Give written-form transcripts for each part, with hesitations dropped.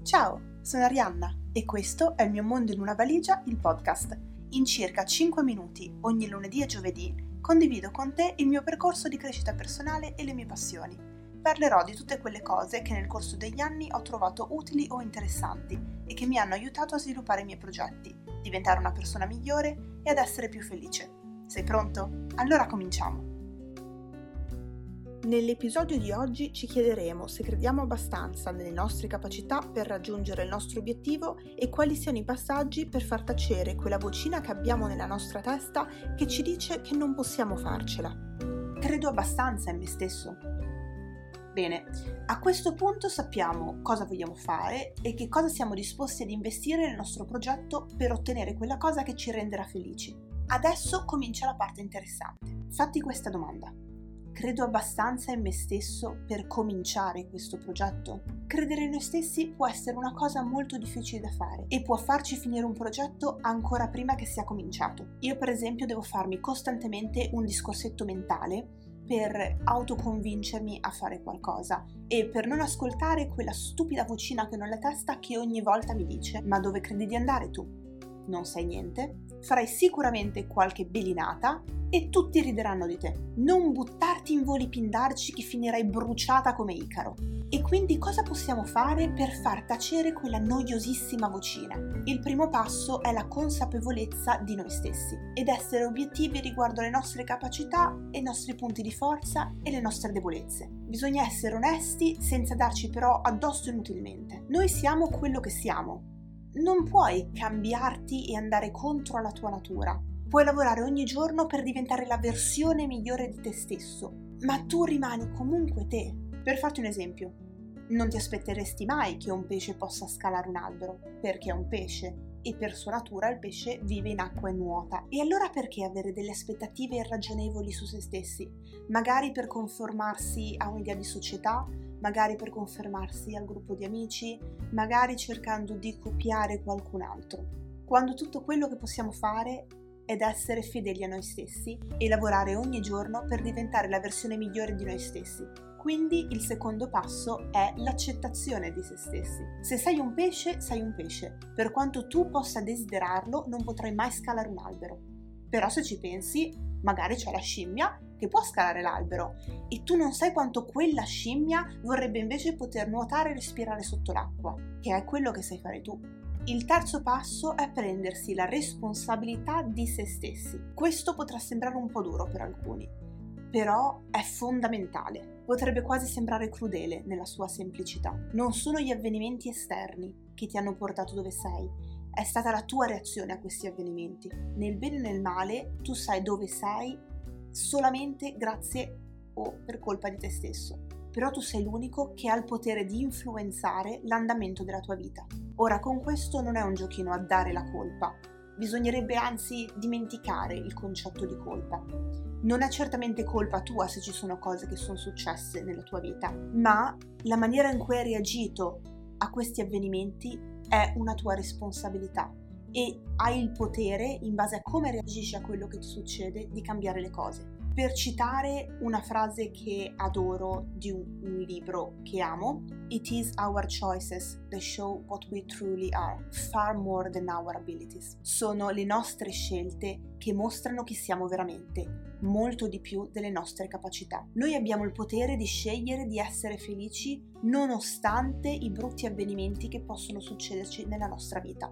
Ciao, sono Arianna e questo è Il mio mondo in una valigia, il podcast. In circa 5 minuti, ogni lunedì e giovedì, condivido con te il mio percorso di crescita personale e le mie passioni. Parlerò di tutte quelle cose che nel corso degli anni ho trovato utili o interessanti e che mi hanno aiutato a sviluppare i miei progetti, diventare una persona migliore e ad essere più felice. Sei pronto? Allora cominciamo! Nell'episodio di oggi ci chiederemo se crediamo abbastanza nelle nostre capacità per raggiungere il nostro obiettivo e quali siano i passaggi per far tacere quella vocina che abbiamo nella nostra testa che ci dice che non possiamo farcela. Credo abbastanza in me stesso. Bene, a questo punto sappiamo cosa vogliamo fare e che cosa siamo disposti ad investire nel nostro progetto per ottenere quella cosa che ci renderà felici. Adesso comincia la parte interessante. Fatti questa domanda. Credo abbastanza in me stesso per cominciare questo progetto? Credere in noi stessi può essere una cosa molto difficile da fare e può farci finire un progetto ancora prima che sia cominciato. Io per esempio devo farmi costantemente un discorsetto mentale per autoconvincermi a fare qualcosa e per non ascoltare quella stupida vocina che ho nella testa che ogni volta mi dice: ma dove credi di andare tu? Non sai niente? Farai sicuramente qualche belinata e tutti rideranno di te. Non buttarti in voli pindarci che finirai bruciata come Icaro. E quindi cosa possiamo fare per far tacere quella noiosissima vocina? Il primo passo è la consapevolezza di noi stessi ed essere obiettivi riguardo alle nostre capacità e i nostri punti di forza e le nostre debolezze. Bisogna essere onesti senza darci però addosso inutilmente. Noi siamo quello che siamo. Non puoi cambiarti e andare contro la tua natura. Puoi lavorare ogni giorno per diventare la versione migliore di te stesso, ma tu rimani comunque te. Per farti un esempio, non ti aspetteresti mai che un pesce possa scalare un albero, perché è un pesce e per sua natura il pesce vive in acqua e nuota. E allora perché avere delle aspettative irragionevoli su se stessi? Magari per conformarsi a un'idea di società, magari per confermarsi al gruppo di amici, magari cercando di copiare qualcun altro. Quando tutto quello che possiamo fare ed essere fedeli a noi stessi e lavorare ogni giorno per diventare la versione migliore di noi stessi. Quindi il secondo passo è l'accettazione di se stessi. Se sei un pesce, sei un pesce. Per quanto tu possa desiderarlo, non potrai mai scalare un albero. Però se ci pensi, magari c'è la scimmia che può scalare l'albero e tu non sai quanto quella scimmia vorrebbe invece poter nuotare e respirare sotto l'acqua, che è quello che sai fare tu. Il terzo passo è prendersi la responsabilità di se stessi. Questo potrà sembrare un po' duro per alcuni, però è fondamentale. Potrebbe quasi sembrare crudele nella sua semplicità. Non sono gli avvenimenti esterni che ti hanno portato dove sei, è stata la tua reazione a questi avvenimenti. Nel bene e nel male tu sai dove sei solamente grazie o per colpa di te stesso. Però tu sei l'unico che ha il potere di influenzare l'andamento della tua vita. Ora, con questo non è un giochino a dare la colpa. Bisognerebbe anzi dimenticare il concetto di colpa. Non è certamente colpa tua se ci sono cose che sono successe nella tua vita, ma la maniera in cui hai reagito a questi avvenimenti è una tua responsabilità e hai il potere, in base a come reagisci a quello che ti succede, di cambiare le cose. Per citare una frase che adoro di un libro che amo, "It is our choices that show what we truly are, far more than our abilities." Sono le nostre scelte che mostrano chi siamo veramente, molto di più delle nostre capacità. Noi abbiamo il potere di scegliere di essere felici nonostante i brutti avvenimenti che possono succederci nella nostra vita.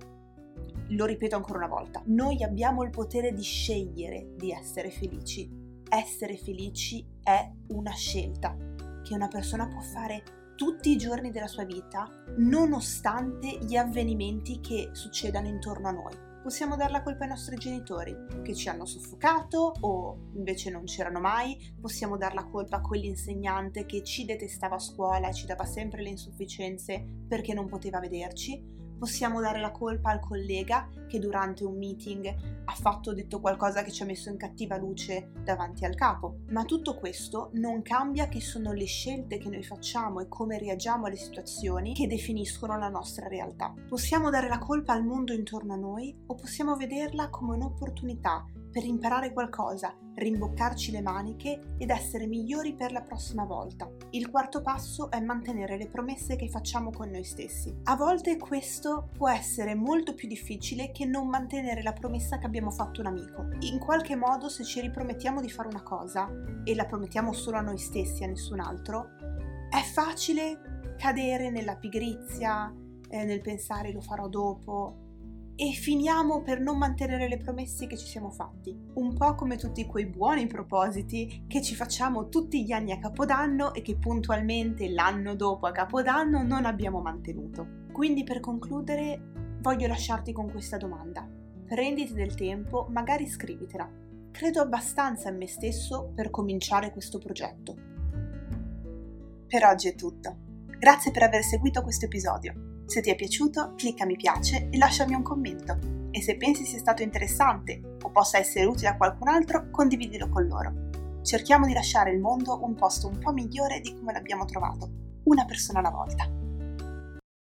Lo ripeto ancora una volta, noi abbiamo il potere di scegliere di essere felici. Essere felici è una scelta che una persona può fare tutti i giorni della sua vita, nonostante gli avvenimenti che succedano intorno a noi. Possiamo dar la colpa ai nostri genitori, che ci hanno soffocato o invece non c'erano mai. Possiamo dar la colpa a quell'insegnante che ci detestava a scuola e ci dava sempre le insufficienze perché non poteva vederci. Possiamo dare la colpa al collega che durante un meeting ha fatto o detto qualcosa che ci ha messo in cattiva luce davanti al capo. Ma tutto questo non cambia che sono le scelte che noi facciamo e come reagiamo alle situazioni che definiscono la nostra realtà. Possiamo dare la colpa al mondo intorno a noi o possiamo vederla come un'opportunità per imparare qualcosa, rimboccarci le maniche ed essere migliori per la prossima volta. Il quarto passo è mantenere le promesse che facciamo con noi stessi. A volte questo può essere molto più difficile che non mantenere la promessa che abbiamo fatto a un amico. In qualche modo, se ci ripromettiamo di fare una cosa e la promettiamo solo a noi stessi, a nessun altro, è facile cadere nella pigrizia, nel pensare lo farò dopo, e finiamo per non mantenere le promesse che ci siamo fatti, un po' come tutti quei buoni propositi che ci facciamo tutti gli anni a Capodanno e che puntualmente l'anno dopo a Capodanno non abbiamo mantenuto. Quindi, per concludere, voglio lasciarti con questa domanda. Prenditi del tempo, magari scrivitela. Credo abbastanza in me stesso per cominciare questo progetto. Per oggi è tutto. Grazie per aver seguito questo episodio. Se ti è piaciuto, clicca mi piace e lasciami un commento. E se pensi sia stato interessante o possa essere utile a qualcun altro, condividilo con loro. Cerchiamo di lasciare il mondo un posto un po' migliore di come l'abbiamo trovato, una persona alla volta.